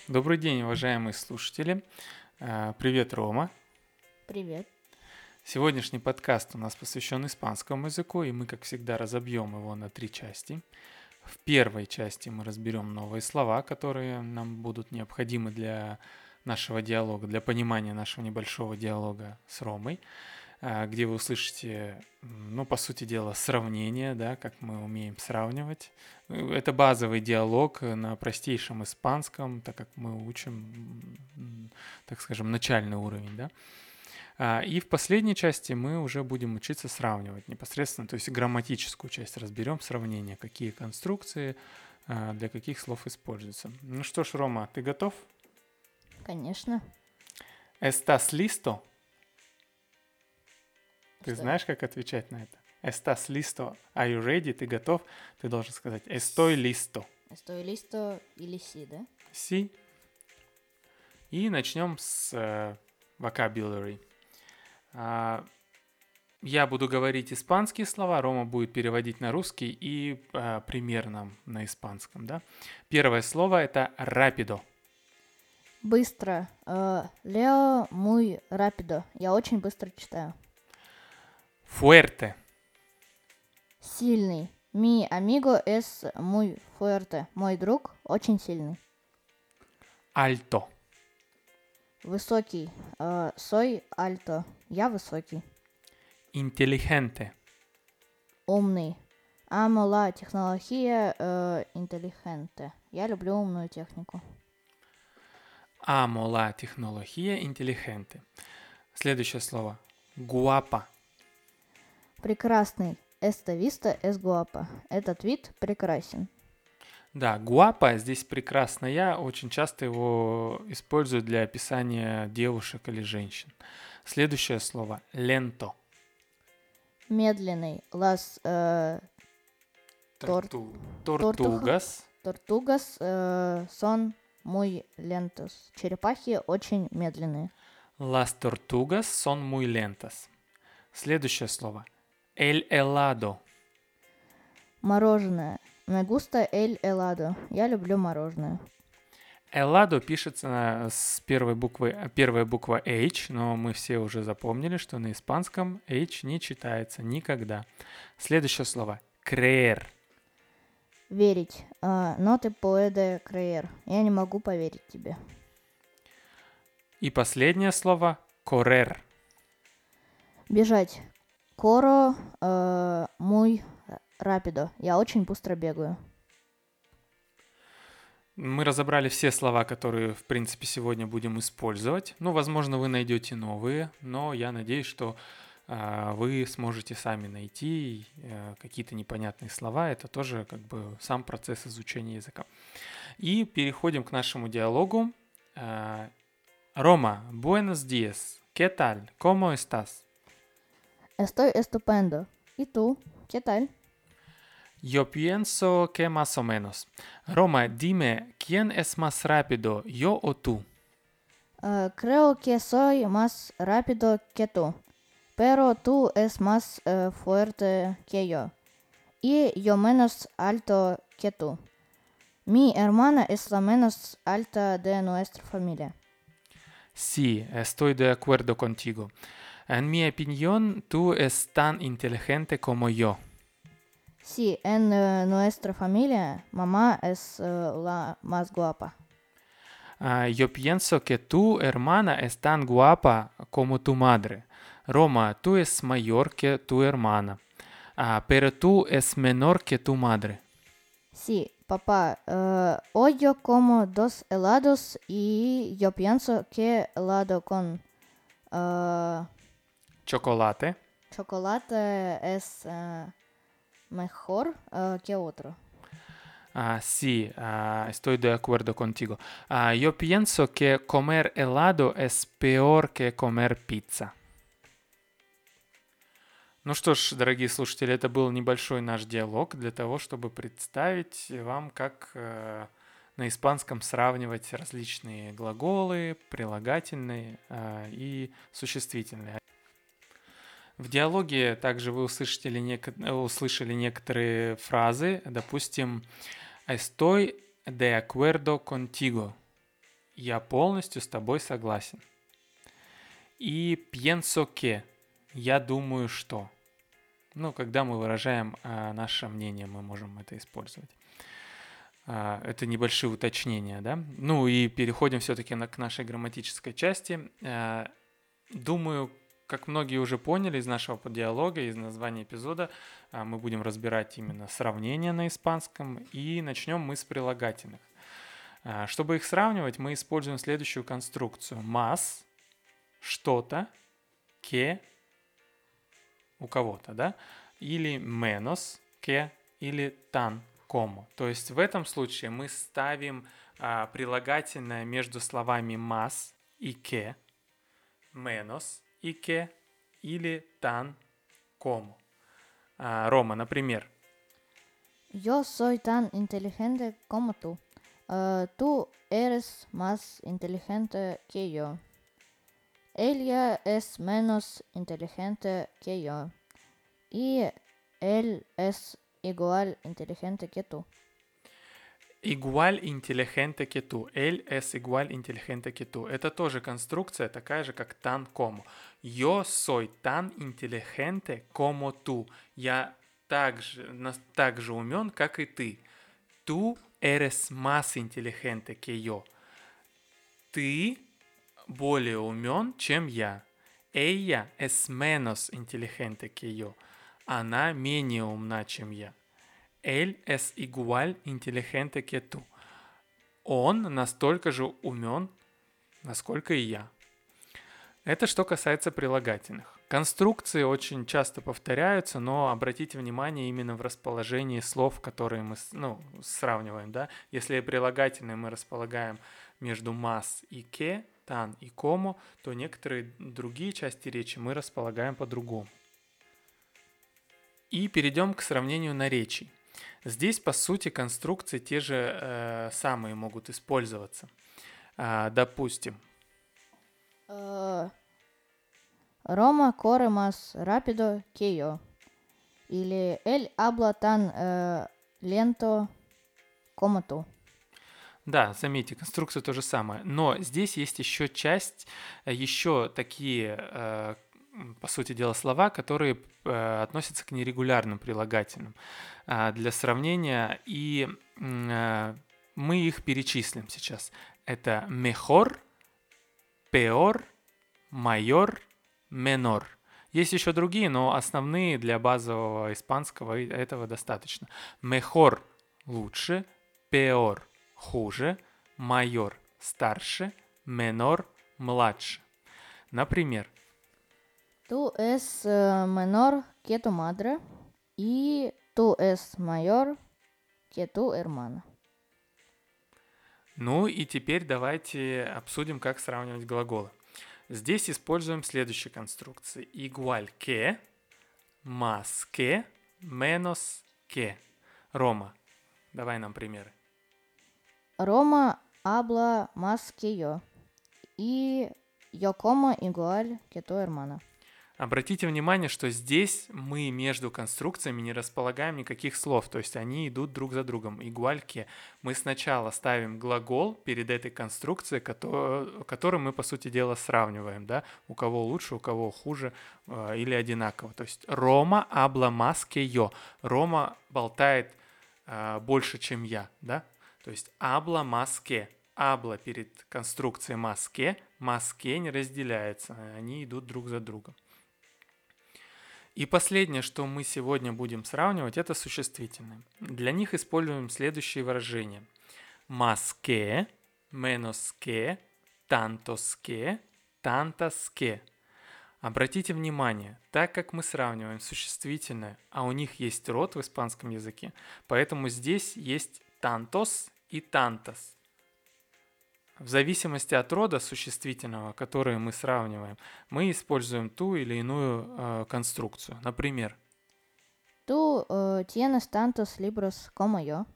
Добрый день, уважаемые слушатели. Привет, Рома. Привет. Сегодняшний подкаст у нас посвящен испанскому языку, и мы, как всегда, разобьем его на 3 части. В первой части мы разберем новые слова, которые нам будут необходимы для нашего диалога, для понимания нашего небольшого диалога с Ромой, где вы услышите, по сути дела, сравнение, да, как мы умеем сравнивать. Это базовый диалог на простейшем испанском, так как мы учим, так скажем, начальный уровень, да. И в последней части мы уже будем учиться сравнивать непосредственно, то есть грамматическую часть разберем, сравнение, какие конструкции для каких слов используются. Ну что ж, Рома, ты готов? Конечно. Estás listo? Ты Что? знаешь, как отвечать на это? Estás listo? Are you ready? Ты готов? Ты должен сказать estoy listo. Estoy listo или си, да? Sí. И начнем с vocabulary. Я буду говорить испанские слова, Рома будет переводить на русский и примерно на испанском, да? Первое слово это rápido. Быстро. Leo muy rápido. Я очень быстро читаю. Fuerte. Сильный. Mi amigo es muy fuerte. Мой друг очень сильный. Alto. Высокий. Soy alto. Я высокий. Inteligente. Умный. Amo la tecnología inteligente. Я люблю умную технику. Amo la tecnología inteligente. Следующее слово. Guapa. Прекрасный. Esta vista es guapa. Этот вид прекрасен. Да, guapa здесь прекрасная, очень часто его используют для описания девушек или женщин. Следующее слово. Lento. Медленный. Las Tortugas. tortugas son muy lentos. Черепахи очень медленные. Las tortugas son muy lentas. Следующее слово. El helado. Мороженое. Me gusta el helado. Я люблю мороженое. Helado пишется с первая буква H, но мы все уже запомнили, что на испанском H не читается никогда. Следующее слово. Creer. Верить. No te puede creer. Я не могу поверить тебе. И последнее слово. Correr. Бежать. Corro muy rápido. Я очень быстро бегаю. Мы разобрали все слова, которые, в принципе, сегодня будем использовать. Возможно, вы найдете новые, но я надеюсь, что вы сможете сами найти какие-то непонятные слова. Это тоже как бы сам процесс изучения языка. И переходим к нашему диалогу. Рома, buenos días. ¿Qué tal? ¿Cómo estás? Estoy estupendo. ¿Y tú? ¿Qué tal? Yo pienso que más o menos. Roma, dime, ¿quién es más rápido, yo o tú? Creo que soy más rápido que tú, pero tú es más fuerte que yo, y yo menos alto que tú. Mi hermana es la menos alta de nuestra familia. Sí, estoy de acuerdo contigo. En mi opinión, tú es tan inteligente como yo. Sí, en nuestra familia, mamá es la más guapa. Yo pienso que tu hermana es tan guapa como tu madre. Roma, tú es mayor que tu hermana, pero tú es menor que tu madre. Sí, papá, hoy yo como 2 helados y yo pienso que helado con Chocolate. chocolate es mejor que otro. Sí, estoy de acuerdo contigo. Yo pienso que comer helado es peor que comer pizza. Ну что ж, дорогие слушатели, это был небольшой наш диалог для того, чтобы представить вам, как на испанском сравнивать различные глаголы, прилагательные и существительные. В диалоге также вы услышали некоторые фразы, допустим, «Estoy de acuerdo contigo». Я полностью с тобой согласен. И pienso que. Я думаю, что. Ну, когда мы выражаем наше мнение, мы можем это использовать. Это небольшие уточнения, да? Ну и переходим все-таки к нашей грамматической части. Думаю, как многие уже поняли из нашего диалога, из названия эпизода, мы будем разбирать именно сравнения на испанском, и начнем мы с прилагательных. Чтобы их сравнивать, мы используем следующую конструкцию. Más, что-то, que, у кого-то, да? Или menos, que, или tan, como. То есть в этом случае мы ставим прилагательное между словами más и que, menos и que, или tan, como. Рома, например. Yo soy tan inteligente como tú. Tú eres más inteligente que yo. Ella es menos inteligente que yo. Y él es igual inteligente que tú. Igual inteligente que tú. Él es igual inteligente que tú. Это тоже конструкция, такая же, как tan como. Yo soy tan inteligente como tú. Я так же умен, как и ты. Tú eres más inteligente que yo. Ты более умен, чем я. Ella es menos inteligente que yo. Она менее умна, чем я. Él es igual inteligente que tú. Он настолько же умен, насколько и я. Это что касается прилагательных. Конструкции очень часто повторяются, но обратите внимание именно в расположении слов, которые мы сравниваем. Да? Если прилагательные мы располагаем между más и que, tan и como, то некоторые другие части речи мы располагаем по-другому. И перейдем к сравнению наречий. Здесь, по сути, конструкции те же самые могут использоваться. Допустим. Roma corre más rápido que yo. Или él habla tan lento como tú. Да, заметьте, конструкция то же самое. Но здесь есть еще часть, еще такие, по сути дела, слова, которые относятся к нерегулярным прилагательным. Для сравнения, и мы их перечислим сейчас. Это mejor, peor, mayor, menor. Есть еще другие, но основные для базового испанского этого достаточно. Mejor – лучше, peor – хуже, mayor – старше, menor – младше. Например. Tú es menor que tu madre y tú es mayor que tu hermana. Ну и теперь давайте обсудим, как сравнивать глаголы. Здесь используем следующие конструкции. Igual que, más que, menos que. Рома, давай нам примеры. Roma habla más que yo. Y yo como igual que tu hermana. Обратите внимание, что здесь мы между конструкциями не располагаем никаких слов, то есть они идут друг за другом. Игуальке. Мы сначала ставим глагол перед этой конструкцией, которую мы, по сути дела, сравниваем, да, у кого лучше, у кого хуже или одинаково. То есть Рома habla más que yo. Рома болтает больше, чем я, да. То есть habla más que. Habla перед конструкцией más que не разделяется, они идут друг за другом. И последнее, что мы сегодня будем сравнивать, это существительные. Для них используем следующие выражения. Más que, menos que, tantos que, tantas que. Обратите внимание, так как мы сравниваем существительное, а у них есть род в испанском языке, поэтому здесь есть tantos и tantas. В зависимости от рода существительного, который мы сравниваем, мы используем ту или иную конструкцию. Например, Tú tienes tantos libros como yo.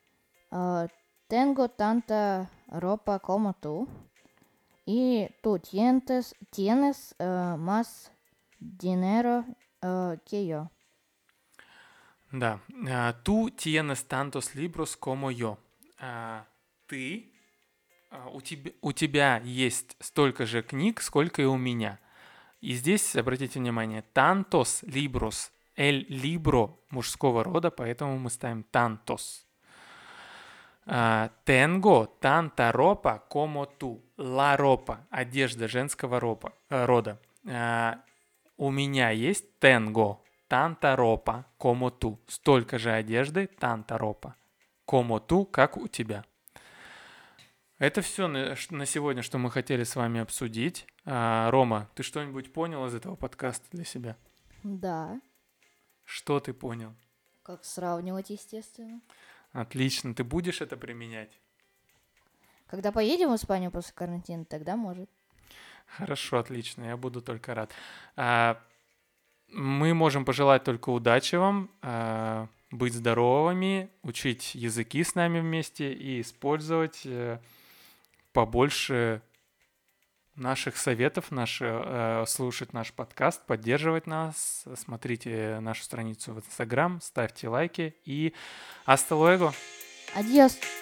Tengo tanta ropa como tú. Y tú tienes más dinero que yo. Да. Tú tienes tantos libros como yo. Ты У тебя есть столько же книг, сколько и у меня. И здесь, обратите внимание, tantos libros. El libro мужского рода, поэтому мы ставим tantos. Tengo tanta ropa como tú. La ropa. Одежда женского рода. У меня есть tengo tanta ropa como tú. Столько же одежды, tanta ropa. Como tú, как у тебя. Это все на сегодня, что мы хотели с вами обсудить. Рома, ты что-нибудь понял из этого подкаста для себя? Да. Что ты понял? Как сравнивать, естественно. Отлично. Ты будешь это применять? Когда поедем в Испанию после карантина, тогда может. Хорошо, отлично. Я буду только рад. Мы можем пожелать только удачи вам, быть здоровыми, учить языки с нами вместе и использовать побольше наших советов, слушать наш подкаст, поддерживать нас. Смотрите нашу страницу в Instagram, ставьте лайки и hasta luego! Адьос!